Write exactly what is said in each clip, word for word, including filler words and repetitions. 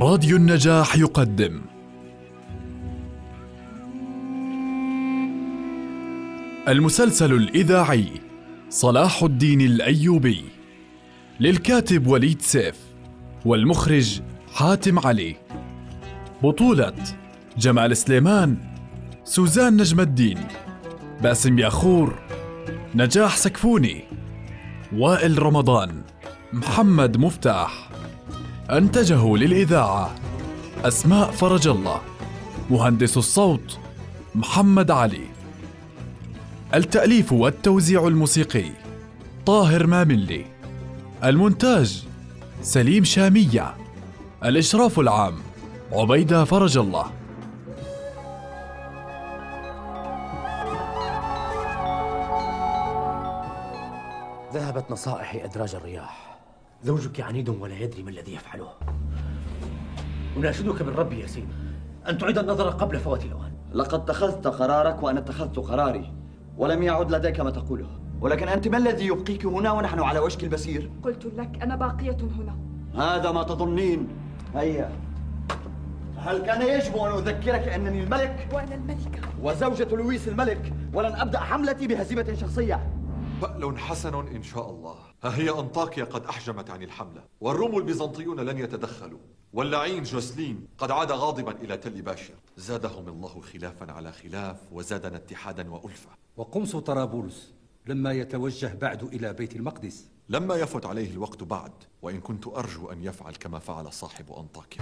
راديو النجاح يقدم المسلسل الإذاعي صلاح الدين الأيوبي للكاتب وليد سيف والمخرج حاتم علي. بطولة جمال سليمان، سوزان نجم الدين، باسم ياخور، نجاح سكفوني، وائل رمضان، محمد مفتاح. أنتجه للإذاعة أسماء فرج الله. مهندس الصوت محمد علي. التأليف والتوزيع الموسيقي طاهر ماملي. المونتاج سليم شامية. الإشراف العام عبيدة فرج الله. ذهبت نصائحي أدراج الرياح. زوجك عنيد ولا يدري ما الذي يفعله. أناشدك بالرب يا سيدي أن تعيد النظر قبل فوات الأوان. لقد اتخذت قرارك وأنا اتخذت قراري، ولم يعد لديك ما تقوله. ولكن أنت ما الذي يبقيك هنا ونحن على وشك البسير؟ قلت لك أنا باقية هنا. هذا ما تظنين. هيا، هل كان يجب أن أذكرك أنني الملك؟ وأنا الملكة وزوجة لويس الملك، ولن أبدأ حملتي بهزيمة شخصية. فأل حسن إن شاء الله. ها هي أنطاكيا قد أحجمت عن الحملة، والروم البيزنطيون لن يتدخلوا، واللعين جوسلين قد عاد غاضبا إلى تل باشر. زادهم الله خلافا على خلاف، وزادنا اتحادا وألفة. وقمص طرابلس لما يتوجه بعد إلى بيت المقدس؟ لما يفت عليه الوقت بعد، وإن كنت أرجو أن يفعل كما فعل صاحب أنطاكيا.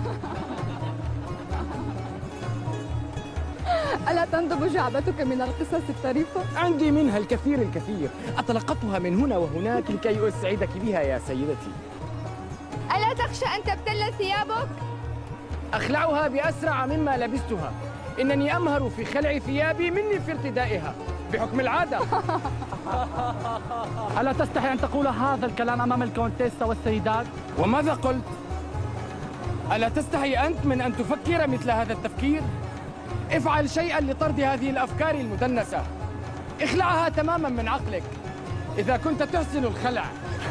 ألا تنضب جعبتك من القصص الطريفة؟ عندي منها الكثير الكثير، أطلقتها من هنا وهناك لكي أسعدك بها يا سيدتي. ألا تخشى أن تبتل ثيابك؟ أخلعها بأسرع مما لبستها. إنني أمهر في خلع ثيابي مني في ارتدائها بحكم العادة. ألا تستحي أن تقول هذا الكلام أمام الكونتيسة والسيدات؟ وماذا قلت؟ ألا تستحي أنت من أن تفكر مثل هذا التفكير؟ افعل شيئا لطرد هذه الأفكار المدنسة. اخلعها تماما من عقلك إذا كنت تحسن الخلع.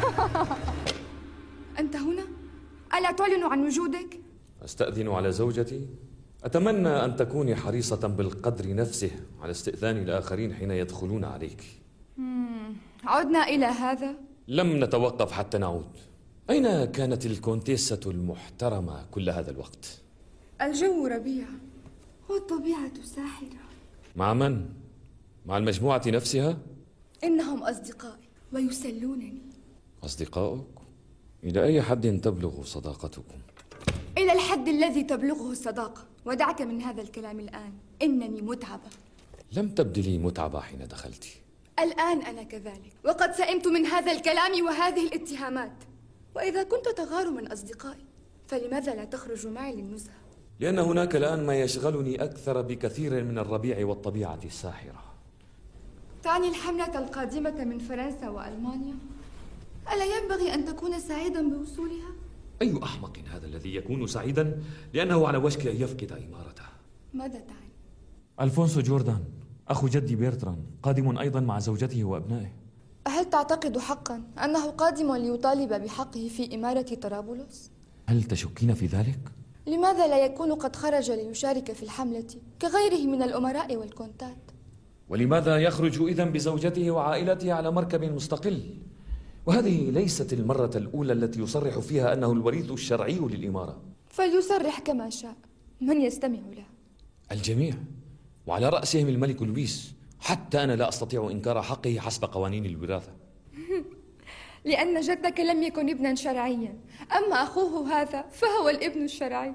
أنت هنا؟ ألا تعلن عن وجودك؟ أستأذن على زوجتي؟ أتمنى أن تكوني حريصة بالقدر نفسه على استئذان الآخرين حين يدخلون عليك. مم. عدنا إلى هذا؟ لم نتوقف حتى نعود. أين كانت الكونتيسة المحترمة كل هذا الوقت؟ الجو ربيع والطبيعة ساحرة. مع من؟ مع المجموعة نفسها؟ إنهم أصدقائي ويسلونني. أصدقائك؟ إلى أي حد تبلغ صداقتكم؟ إلى الحد الذي تبلغه الصداقة. ودعك من هذا الكلام الآن، إنني متعبة. لم تبدلي متعبة حين دخلت. الآن أنا كذلك، وقد سئمت من هذا الكلام وهذه الاتهامات. وإذا كنت تغار من أصدقائي فلماذا لا تخرج معي للنزهة؟ لأن هناك الآن ما يشغلني أكثر بكثير من الربيع والطبيعة الساحرة. تعني الحملة القادمة من فرنسا وألمانيا؟ ألا ينبغي أن تكون سعيدا بوصولها؟ أي أحمق هذا الذي يكون سعيدا لأنه على وشك أن يفقد إمارته؟ ماذا تعني؟ ألفونسو جوردان أخو جدي بيرتران قادم أيضا مع زوجته وأبنائه. هل تعتقد حقا أنه قادم ليطالب بحقه في إمارة طرابلس؟ هل تشكين في ذلك؟ لماذا لا يكون قد خرج ليشارك في الحملة كغيره من الأمراء والكونتات؟ ولماذا يخرج إذن بزوجته وعائلته على مركب مستقل؟ وهذه ليست المرة الأولى التي يصرح فيها أنه الوريث الشرعي للإمارة. فليصرح كما شاء، من يستمع له؟ الجميع، وعلى رأسهم الملك لويس. حتى أنا لا أستطيع إنكار حقه حسب قوانين الوراثة. لأن جدك لم يكن ابنا شرعيا، أما أخوه هذا فهو الابن الشرعي.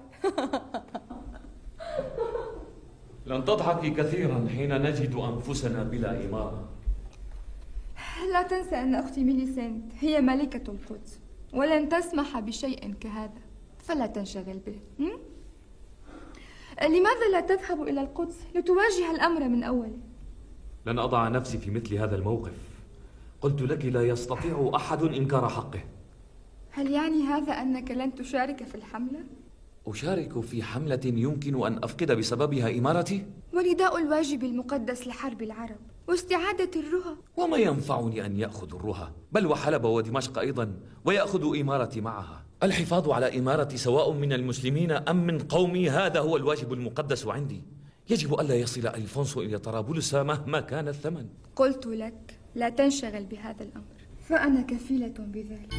لن تضحكي كثيرا حين نجد أنفسنا بلا إمارة. لا تنسى أن أختي ميليسنت هي ملكة القدس، ولن تسمح بشيء كهذا، فلا تنشغل به. م? لماذا لا تذهب إلى القدس لتواجه الأمر من أوله؟ لن أضع نفسي في مثل هذا الموقف. قلت لك لا يستطيع أحد إنكار حقه. هل يعني هذا أنك لن تشارك في الحملة؟ أشارك في حملة يمكن أن أفقد بسببها إمارتي؟ ونداء الواجب المقدس لحرب العرب واستعادة الرها. وما ينفعني أن يأخذ الرها، بل وحلب ودمشق أيضا، ويأخذ إمارتي معها. الحفاظ على إمارتي سواء من المسلمين أم من قومي، هذا هو الواجب المقدس عندي. يجب ألا يصل ألفونسو إلى طرابلس مهما كان الثمن. قلت لك لا تنشغل بهذا الأمر، فأنا كفيلة بذلك.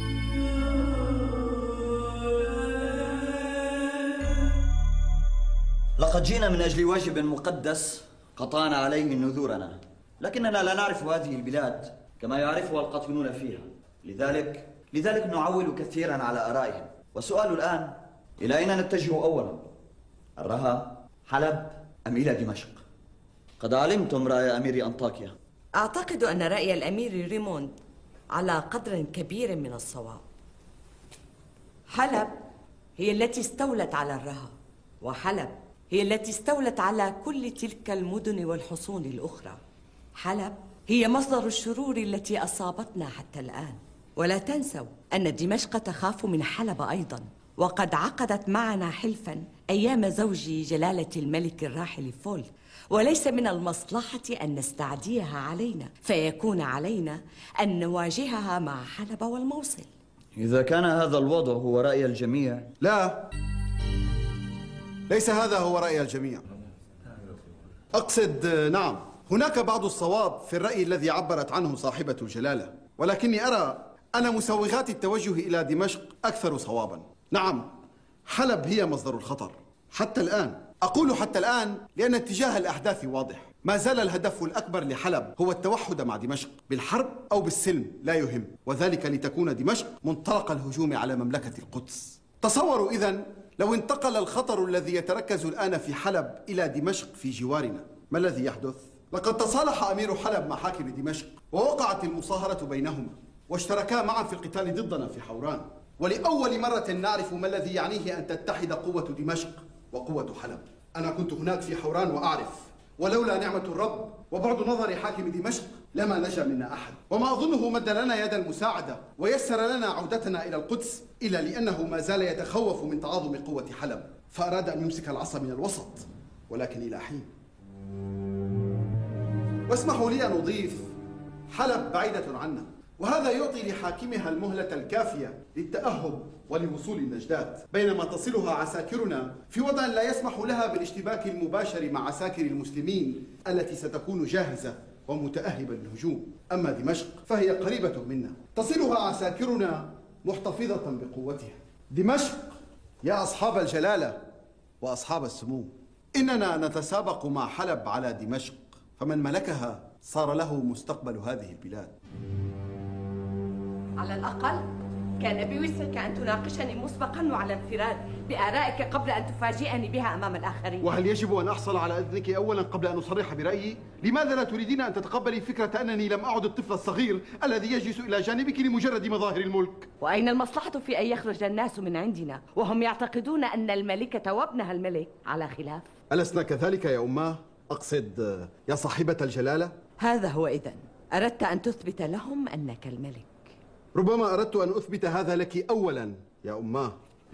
لقد جئنا من أجل واجب مقدس قطعنا عليه نذورنا، لكننا لا نعرف هذه البلاد كما يعرفها القاطنون فيها، لذلك لذلك نعول كثيرا على آرائهم. والسؤال الآن، إلى أين نتجه أولا؟ الرها، حلب، أم إلى دمشق؟ قد علمتم رأي أمير أنطاكيا. أعتقد أن رأي الأمير ريموند على قدر كبير من الصواب. حلب هي التي استولت على الرها، وحلب هي التي استولت على كل تلك المدن والحصون الأخرى. حلب هي مصدر الشرور التي أصابتنا حتى الآن، ولا تنسوا أن دمشق تخاف من حلب أيضا، وقد عقدت معنا حلفا أيام زوجي جلالة الملك الراحل فول، وليس من المصلحة أن نستعديها علينا، فيكون علينا أن نواجهها مع حلب والموصل. إذا كان هذا الوضع هو رأي الجميع، لا، ليس هذا هو رأي الجميع. أقصد نعم، هناك بعض الصواب في الرأي الذي عبرت عنه صاحبة الجلالة، ولكني أرى أن مسوغات التوجه إلى دمشق أكثر صوابا. نعم، حلب هي مصدر الخطر حتى الآن. أقول حتى الآن لأن اتجاه الأحداث واضح. ما زال الهدف الأكبر لحلب هو التوحد مع دمشق بالحرب أو بالسلم، لا يهم، وذلك لتكون دمشق منطلق الهجوم على مملكة القدس. تصوروا إذن لو انتقل الخطر الذي يتركز الآن في حلب إلى دمشق في جوارنا، ما الذي يحدث؟ لقد تصالح أمير حلب مع حاكم دمشق، ووقعت المصاهرة بينهما، واشتركا معا في القتال ضدنا في حوران. ولأول مرة نعرف ما الذي يعنيه أن تتحد قوة دمشق وقوة حلب. أنا كنت هناك في حوران وأعرف، ولولا نعمة الرب وبعد نظر حاكم دمشق لما نجا منا أحد. وما أظنه مد لنا يد المساعدة ويسر لنا عودتنا إلى القدس، إلا لأنه ما زال يتخوف من تعاظم قوة حلب، فأراد أن يمسك العصا من الوسط، ولكن إلى حين. واسمحوا لي أن أضيف، حلب بعيدة عنا، وهذا يعطي لحاكمها المهلة الكافية للتأهب ولوصول النجدات، بينما تصلها عساكرنا في وضع لا يسمح لها بالاشتباك المباشر مع عساكر المسلمين التي ستكون جاهزة ومتأهبة للهجوم. أما دمشق فهي قريبة منا، تصلها عساكرنا محتفظة بقوتها. دمشق يا أصحاب الجلالة وأصحاب السمو، إننا نتسابق مع حلب على دمشق، فمن ملكها صار له مستقبل هذه البلاد. على الأقل كان بوسعك أن تناقشني مسبقا وعلى انفراد بآرائك قبل أن تفاجئني بها أمام الآخرين. وهل يجب أن أحصل على إذنك أولا قبل أن أصرح برأيي؟ لماذا لا تريدين أن تتقبلي فكرة أنني لم أعد الطفل الصغير الذي يجلس إلى جانبك لمجرد مظاهر الملك؟ وأين المصلحة في أن يخرج الناس من عندنا وهم يعتقدون أن الملكة وابنها الملك على خلاف؟ ألسنا كذلك يا أماه؟ أقصد يا صاحبة الجلالة؟ هذا هو إذن، أردت أن تثبت لهم أنك الملك. ربما أردت أن أثبت هذا لك أولا يا أماه.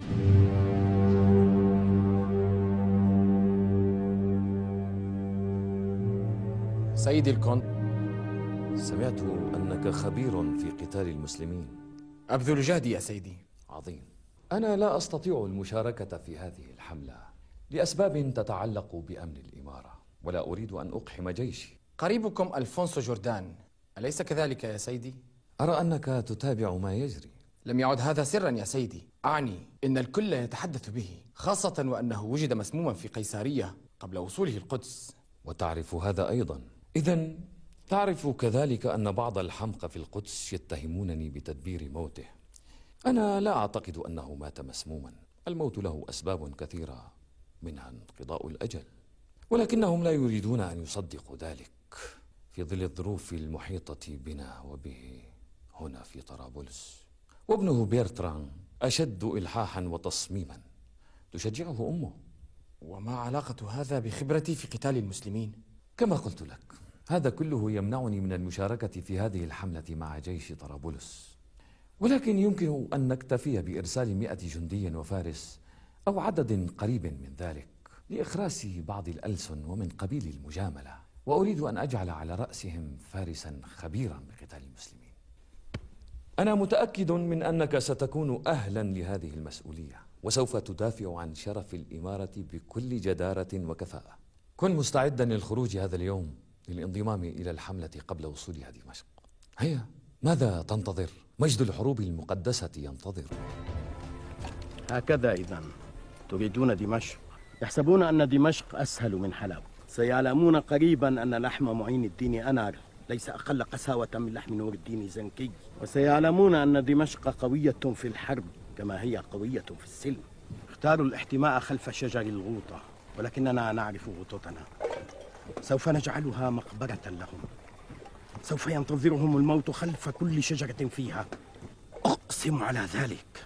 سيدي الكونت، سمعت أنك خبير في قتال المسلمين. أبذل جهدي يا سيدي. عظيم. أنا لا أستطيع المشاركة في هذه الحملة لأسباب تتعلق بأمن الإمارة، ولا أريد أن أقحم جيشي. قريبكم ألفونسو جوردان، أليس كذلك يا سيدي؟ أرى أنك تتابع ما يجري. لم يعد هذا سرا يا سيدي، أعني إن الكل يتحدث به، خاصة وأنه وجد مسموما في قيصرية قبل وصوله القدس. وتعرف هذا أيضا. إذن تعرف كذلك أن بعض الحمقى في القدس يتهمونني بتدبير موته. أنا لا أعتقد أنه مات مسموما، الموت له أسباب كثيرة منها انقضاء الأجل، ولكنهم لا يريدون أن يصدقوا ذلك في ظل الظروف المحيطة بنا وبه هنا في طرابلس. وابنه بيرتران أشد إلحاحا وتصميما تشجعه أمه. وما علاقة هذا بخبرتي في قتال المسلمين؟ كما قلت لك، هذا كله يمنعني من المشاركة في هذه الحملة مع جيش طرابلس، ولكن يمكن أن نكتفي بإرسال مئة جندي وفارس أو عدد قريب من ذلك لإخراس بعض الألسن ومن قبيل المجاملة، وأريد أن أجعل على رأسهم فارسا خبيرا بقتال المسلمين. أنا متأكد من أنك ستكون أهلا لهذه المسؤولية، وسوف تدافع عن شرف الإمارة بكل جدارة وكفاءة. كن مستعدا للخروج هذا اليوم للانضمام إلى الحملة قبل وصولها دمشق. هيا، ماذا تنتظر؟ مجد الحروب المقدسة ينتظر. هكذا إذن تريدون دمشق؟ يحسبون أن دمشق أسهل من حلب. سيعلمون قريبا أن لحم معين الدين أنار ليس أقل قساوة من لحم نور الدين زنكي، وسيعلمون أن دمشق قوية في الحرب كما هي قوية في السلم. اختاروا الاحتماء خلف شجر الغوطة، ولكننا نعرف غوطتنا. سوف نجعلها مقبرة لهم، سوف ينتظرهم الموت خلف كل شجرة فيها، أقسم على ذلك.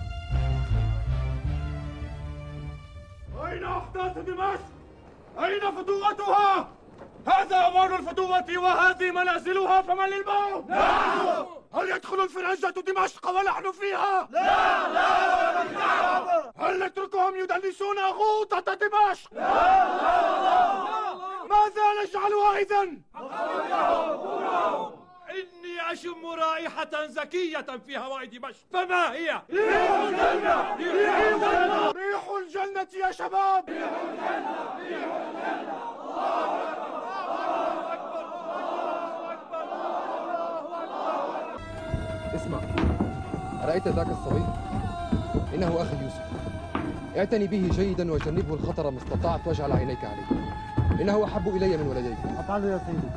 أين أحداث دمشق؟ أين فتوتها؟ هذا أمان الفتوة وهذه منازلها، فمن للموت؟ نعم. هل يدخل الفرنجة دمشق ونحن فيها؟ لا لا لا. هل نتركهم يدنسون غوطة دمشق؟ لا لا لا. ماذا نجعلها إذن؟ إني أشم رائحة زكية في هواء دمشق، فما هي؟ ريح الجنة! ريح الجنة! ريح الجنة يا شباب! ريح الجنة! ريح الجنة! الله أكبر! الله أكبر! الله أكبر! اسمع، أرأيت ذاك الصبي؟ إنه أخي يوسف. اعتني به جيدا وجنبه الخطر ما استطعت واجعل عينيك عليه. إنه أحب إلي من ولديك. أفعله يا سيدي.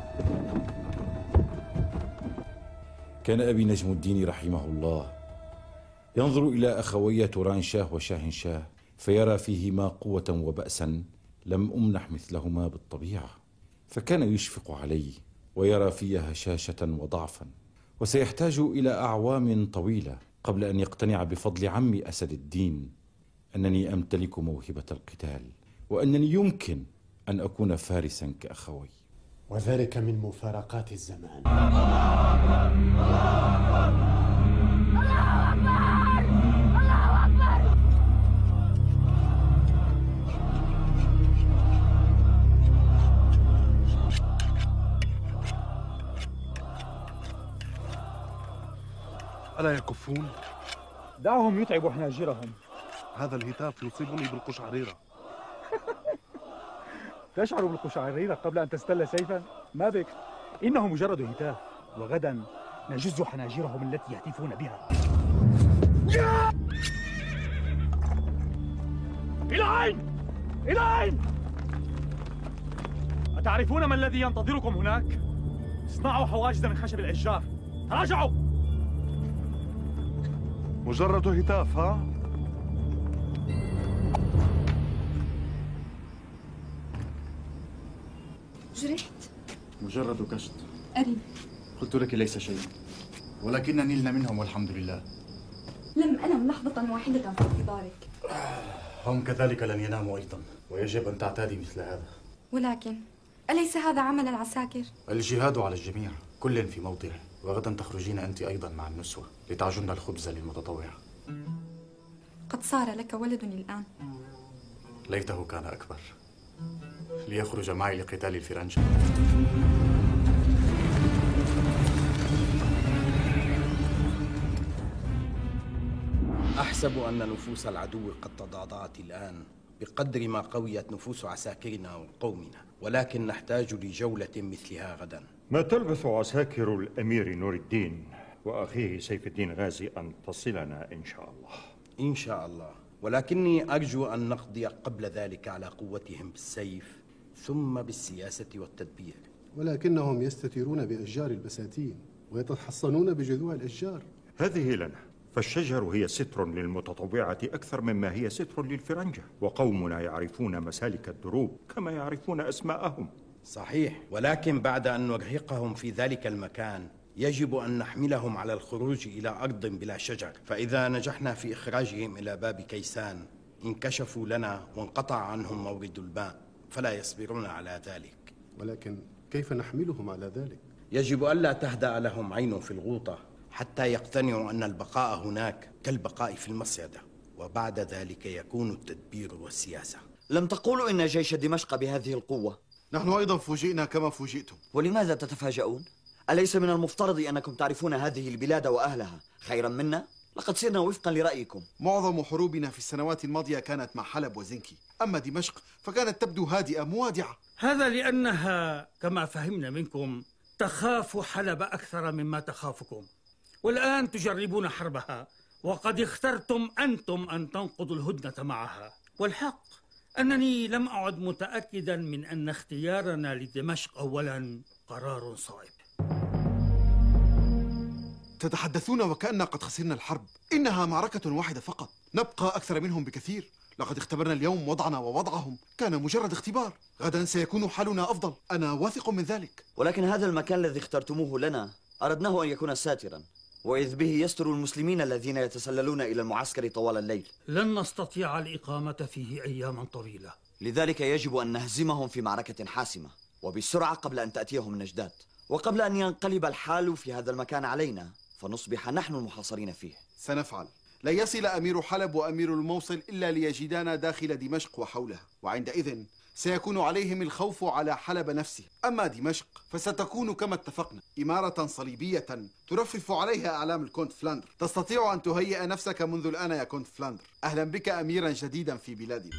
كان أبي نجم الدين رحمه الله ينظر إلى أخوي توران شاه وشاهن شاه فيرى فيهما قوة وبأسا لم أمنح مثلهما بالطبيعة، فكان يشفق علي ويرى في هشاشة وضعفا، وسيحتاج إلى أعوام طويلة قبل أن يقتنع بفضل عمي أسد الدين أنني أمتلك موهبة القتال، وأنني يمكن أن أكون فارسا كأخوي. وذلك من مفارقات الزمان. ألا يكفون؟ دعهم يتعبوا حناجرهم. هذا الهتاف يصيبني بالقشعريرة. تشعر بالقشعريرة قبل أن تستل سيفا؟ ما بك؟ إنه مجرد هتاف، وغدا نجز حناجرهم التي يهتفون بها. إلى أين؟ إلى أين؟ أتعرفون ما الذي ينتظركم هناك؟ اصنعوا حواجز من خشب الأشجار. تراجعوا. مجرد هتاف ها؟ جرحت؟ مجرد كشط. أري. قلت لك ليس شيء، ولكننا نلنا منهم والحمد لله. لم أنم لحظة واحدة في انتظارك. هم كذلك لن يناموا أيضا، ويجب أن تعتادي مثل هذا. ولكن أليس هذا عمل العساكر؟ الجهاد على الجميع، كل في موضعه، وغدا تخرجين أنت أيضا مع النسوة لتعجن الخبز للمتطوعة. قد صار لك ولد الآن. ليته كان أكبر ليخرج معي لقتال الفرنجة. أحسب أن نفوس العدو قد تضاضعت الآن بقدر ما قويت نفوس عساكرنا وقومنا، ولكن نحتاج لجولة مثلها غدا. ما تلبث عساكر الأمير نور الدين وأخيه سيف الدين غازي أن تصلنا إن شاء الله. إن شاء الله، ولكني أرجو أن نقضي قبل ذلك على قوتهم بالسيف ثم بالسياسة والتدبير. ولكنهم يستترون بأشجار البساتين ويتحصنون بجذوع الأشجار. هذه لنا، فالشجر هي ستر للمتطوعة أكثر مما هي ستر للفرنجة، وقومنا يعرفون مسالك الدروب كما يعرفون أسماءهم. صحيح، ولكن بعد أن نرهقهم في ذلك المكان يجب أن نحملهم على الخروج إلى أرض بلا شجر، فإذا نجحنا في إخراجهم إلى باب كيسان انكشفوا لنا وانقطع عنهم مورد الماء، فلا يصبرون على ذلك. ولكن كيف نحملهم على ذلك؟ يجب ألا تهدأ لهم عين في الغوطة حتى يقتنعوا أن البقاء هناك كالبقاء في المصيدة، وبعد ذلك يكون التدبير والسياسة. لم تقولوا إن جيش دمشق بهذه القوة؟ نحن أيضا فوجئنا كما فوجئتم. ولماذا تتفاجؤون؟ أليس من المفترض أنكم تعرفون هذه البلاد وأهلها خيرا منا؟ لقد سرنا وفقا لرأيكم. معظم حروبنا في السنوات الماضية كانت مع حلب وزنكي، أما دمشق فكانت تبدو هادئة موادعة. هذا لأنها كما فهمنا منكم تخاف حلب أكثر مما تخافكم، والآن تجربون حربها، وقد اخترتم أنتم أن تنقضوا الهدنة معها. والحق أنني لم أعد متأكدا من أن اختيارنا لدمشق أولا قرار صائب. تتحدثون وكأننا قد خسرنا الحرب. إنها معركة واحدة فقط، نبقى أكثر منهم بكثير. لقد اختبرنا اليوم وضعنا ووضعهم، كان مجرد اختبار. غدا سيكون حالنا أفضل، أنا واثق من ذلك. ولكن هذا المكان الذي اخترتموه لنا أردناه أن يكون ساترا، وإذ به يستر المسلمين الذين يتسللون إلى المعسكر طوال الليل. لن نستطيع الإقامة فيه أياما طويلة، لذلك يجب أن نهزمهم في معركة حاسمة وبسرعة قبل أن تأتيهم النجدات، وقبل أن ينقلب الحال في هذا المكان علينا فنصبح نحن المحاصرين فيه. سنفعل. لا يصل أمير حلب وأمير الموصل إلا ليجدانا داخل دمشق وحولها، وعندئذ سيكون عليهم الخوف على حلب نفسه. أما دمشق فستكون كما اتفقنا إمارة صليبية ترفرف عليها أعلام الكونت فلاندر. تستطيع أن تهيئ نفسك منذ الآن يا كونت فلاندر. أهلا بك أميرا جديدا في بلادنا.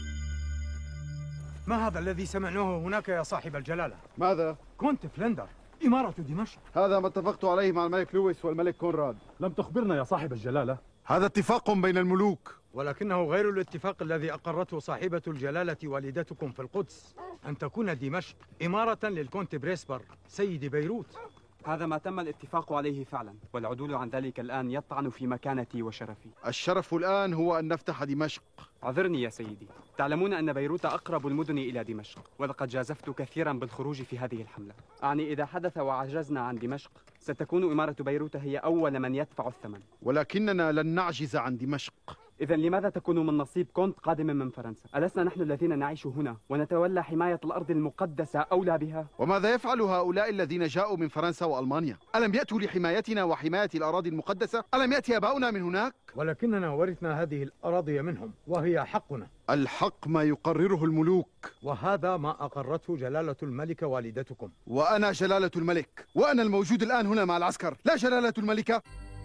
ما هذا الذي سمعناه هناك يا صاحب الجلالة؟ ماذا؟ كونت فلاندر، إمارة دمشق. هذا ما اتفقت عليه مع الملك لويس والملك كونراد. لم تخبرنا يا صاحب الجلالة. هذا اتفاق بين الملوك، ولكنه غير الاتفاق الذي أقرته صاحبة الجلالة والدتكم في القدس، أن تكون دمشق إمارة للكونت بريسبر سيد بيروت. هذا ما تم الاتفاق عليه فعلا، والعدول عن ذلك الآن يطعن في مكانتي وشرفي. الشرف الآن هو أن نفتح دمشق. اعذرني يا سيدي، تعلمون أن بيروت أقرب المدن إلى دمشق، ولقد جازفت كثيرا بالخروج في هذه الحملة. أعني إذا حدث وعجزنا عن دمشق ستكون إمارة بيروت هي أول من يدفع الثمن. ولكننا لن نعجز عن دمشق. إذا لماذا تكون من نصيب كونت قادم من فرنسا؟ ألسنا نحن الذين نعيش هنا ونتولى حماية الأرض المقدسة أولى بها؟ وماذا يفعل هؤلاء الذين جاءوا من فرنسا وألمانيا؟ ألم يأتوا لحمايتنا وحماية الأراضي المقدسة؟ ألم يأتي آباؤنا من هناك؟ ولكننا ورثنا هذه الأراضي منهم، وهي حقنا. الحق ما يقرره الملوك، وهذا ما أقرته جلالة الملكة والدتكم. وأنا جلالة الملك، وأنا الموجود الآن هنا مع العسكر، لا جلالة الملكة.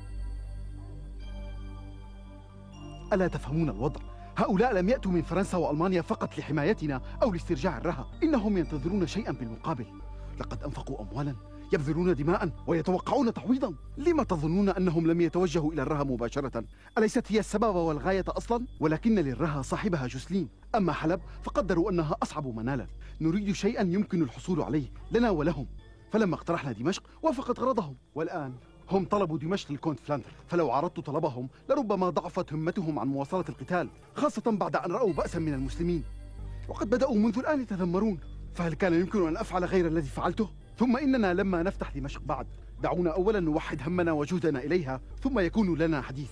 ألا تفهمون الوضع؟ هؤلاء لم يأتوا من فرنسا وألمانيا فقط لحمايتنا أو لاسترجاع الرها، إنهم ينتظرون شيئا بالمقابل. لقد أنفقوا أموالا، يبذلون دماء، ويتوقعون تعويضا. لما تظنون أنهم لم يتوجهوا إلى الرها مباشرة؟ أليست هي السبب والغاية أصلا؟ ولكن للرها صاحبها جوسلين. أما حلب فقدروا أنها أصعب منالا. نريد شيئا يمكن الحصول عليه لنا ولهم، فلما اقترحنا دمشق وافقت غرضهم. والآن هم طلبوا دمشق للكونت فلاندر، فلو عرضت طلبهم لربما ضعفت همتهم عن مواصلة القتال، خاصة بعد أن رأوا بأسا من المسلمين، وقد بدأوا منذ الآن يتذمرون. فهل كان يمكن أن أفعل غير الذي فعلته؟ ثم إننا لما نفتح دمشق بعد، دعونا أولا نوحد همنا وجهدنا إليها، ثم يكون لنا حديث.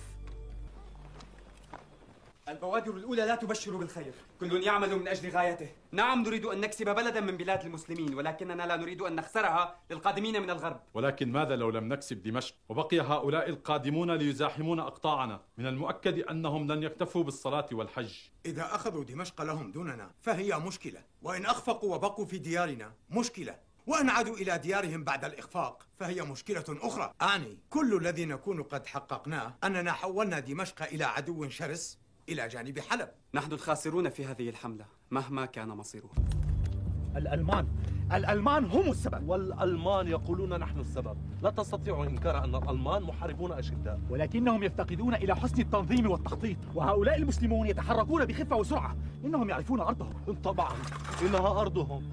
البوادر الأولى لا تبشر بالخير، كل يعمل من أجل غايته. نعم نريد أن نكسب بلدا من بلاد المسلمين، ولكننا لا نريد أن نخسرها للقادمين من الغرب. ولكن ماذا لو لم نكسب دمشق وبقي هؤلاء القادمون ليزاحمون أقطاعنا؟ من المؤكد أنهم لن يكتفوا بالصلاة والحج. إذا أخذوا دمشق لهم دوننا فهي مشكلة، وإن أخفقوا وبقوا في ديارنا مشكلة، وإن عادوا إلى ديارهم بعد الإخفاق فهي مشكلة أخرى. أعني كل الذي نكون قد حققناه أننا حولنا دمشق إلى عدو شرس إلى جانب حلب. نحن الخاسرون في هذه الحملة مهما كان مصيره. الألمان الألمان هم السبب، والألمان يقولون نحن السبب. لا تستطيع إنكار أن الألمان محاربون أشداء، ولكنهم يفتقدون إلى حسن التنظيم والتخطيط، وهؤلاء المسلمون يتحركون بخفة وسرعة. إنهم يعرفون أرضهم. طبعا إنها أرضهم.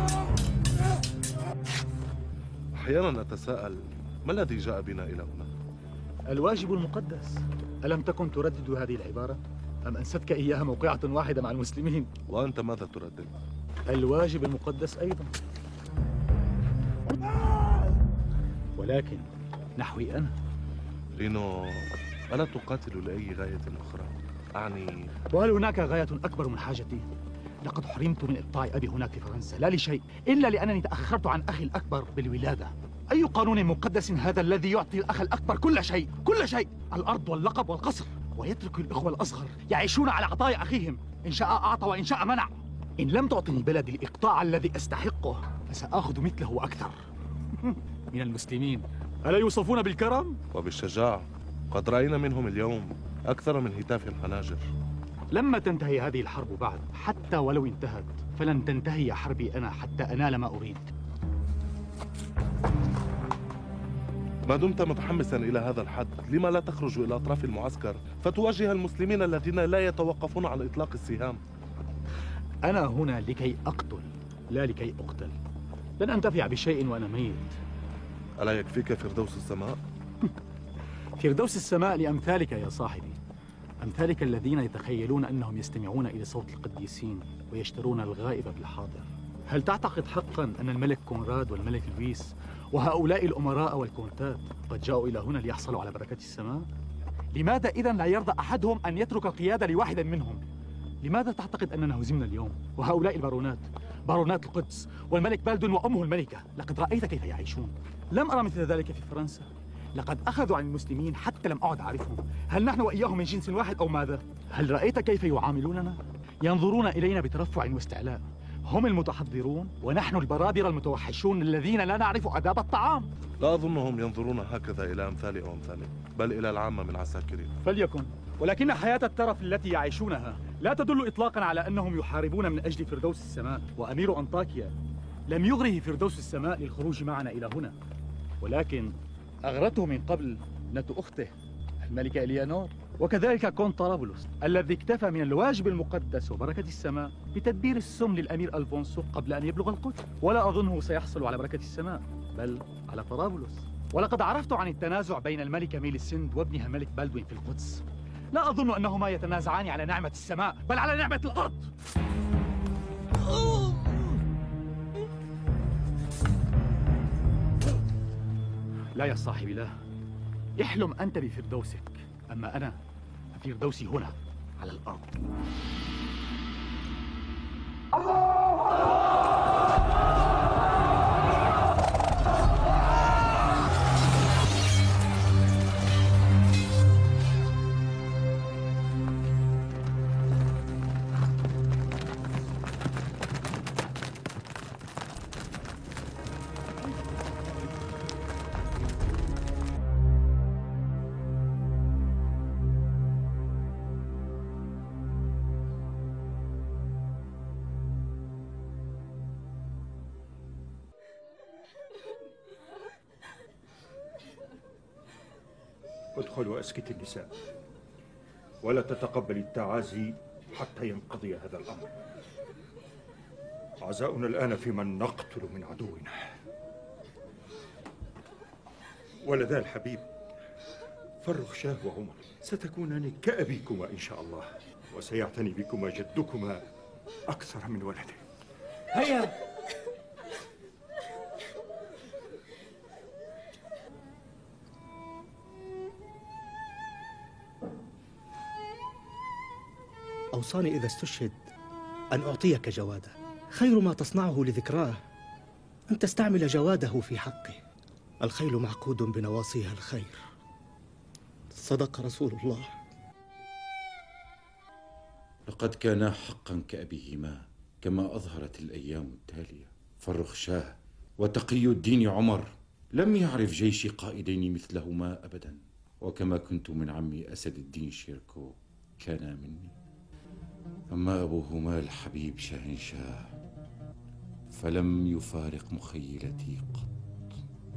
أحيانا أتساءل ما الذي جاء بنا إلى هنا؟ الواجب المقدس. ألم تكن تردد هذه العبارة؟ أم أنستك إياها موقعة واحدة مع المسلمين؟ وأنت ماذا تردد؟ الواجب المقدس أيضا، ولكن نحوي أنا. رينو، ألا تقاتل لأي غاية أخرى؟ أعني وهل هناك غاية أكبر من حاجتي؟ لقد حرمت من إبقاء أبي هناك في فرنسا، لا لشيء إلا لأنني تأخرت عن أخي الأكبر بالولادة. أي قانون مقدس هذا الذي يعطي الأخ الأكبر كل شيء، كل شيء، الأرض واللقب والقصر، ويترك الإخوة الأصغر يعيشون على عطايا أخيهم، إن شاء أعطى وإن شاء منع. إن لم تعطني بلدي الإقطاع الذي أستحقه فسآخذ مثله وأكثر. من المسلمين ألا يوصفون بالكرم؟ وبالشجاعة. قد رأينا منهم اليوم أكثر من هتاف الحناجر. لما تنتهي هذه الحرب بعد، حتى ولو انتهت، فلن تنتهي حربي أنا حتى أنال ما أريد. ما دمت متحمسا إلى هذا الحد، لما لا تخرج إلى أطراف المعسكر فتواجه المسلمين الذين لا يتوقفون عن إطلاق السهام؟ أنا هنا لكي أقتل لا لكي أقتل. لن أنتفع بشيء وأنا ميت. ألا يكفيك فردوس السماء؟ فردوس السماء لأمثالك يا صاحبي، أمثالك الذين يتخيلون أنهم يستمعون إلى صوت القديسين ويشترون الغائب بالحاضر. هل تعتقد حقا أن الملك كونراد والملك لويس وهؤلاء الأمراء والكونتات قد جاءوا إلى هنا ليحصلوا على بركة السماء؟ لماذا إذن لا يرضى أحدهم أن يترك القيادة لواحد منهم؟ لماذا تعتقد أننا هزمنا اليوم؟ وهؤلاء البارونات، بارونات القدس والملك بالدون وأمه الملكة، لقد رأيت كيف يعيشون. لم أرى مثل ذلك في فرنسا. لقد أخذوا عن المسلمين حتى لم أعد أعرفهم. هل نحن وإياهم من جنس واحد أو ماذا؟ هل رأيت كيف يعاملوننا؟ ينظرون إلينا بترفع واستعلاء. هم المتحضرون ونحن البرابرة المتوحشون الذين لا نعرف آداب الطعام. لا أظنهم ينظرون هكذا إلى أمثالي أو أمثالك، بل إلى العامة من عساكرهم. فليكن، ولكن حياة الترف التي يعيشونها لا تدل إطلاقا على أنهم يحاربون من أجل فردوس السماء. وأمير أنطاكيا لم يغره فردوس السماء للخروج معنا إلى هنا، ولكن أغرته من قبل ابنة أخته الملكة إليانور، وكذلك كونت طرابلس الذي اكتفى من الواجب المقدس وبركة السماء بتدبير السم للأمير ألفونسو قبل أن يبلغ القدس. ولا أظنه سيحصل على بركة السماء، بل على طرابلس. ولقد عرفت عن التنازع بين الملكة ميليسند وابنها الملك بالدوين في القدس. لا أظن أنهما يتنازعان على نعمة السماء، بل على نعمة الأرض. لا يا صاحبي، لا. احلم أنت بفردوسك، أما أنا فردوسي هنا على الأرض. ادخل واسكت النساء، ولا تتقبل التعازي حتى ينقضي هذا الأمر. عزاؤنا الآن في من نقتل من عدونا. ولدا الحبيب فرخ شاه وعمر ستكونان كأبيكما إن شاء الله، وسيعتني بكما جدكما أكثر من ولده. هيا أوصاني إذا استشهد أن أعطيك جواده. خير ما تصنعه لذكراه أن تستعمل جواده في حقه. الخيل معقود بنواصيها الخير. صدق رسول الله. لقد كانا حقا كأبيهما كما أظهرت الأيام التالية. فرخ شاه وتقي الدين عمر لم يعرف جيش قائدين مثلهما أبدا، وكما كنت من عمي أسد الدين شيركو كان مني. أما أبوهما الحبيب شاهنشاه فلم يفارق مخيلتي قط،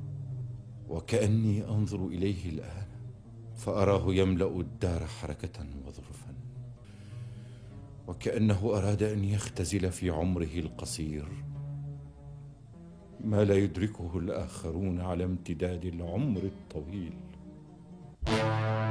وكأني أنظر إليه الآن فأراه يملأ الدار حركة وظرفا، وكأنه أراد أن يختزل في عمره القصير ما لا يدركه الآخرون على امتداد العمر الطويل.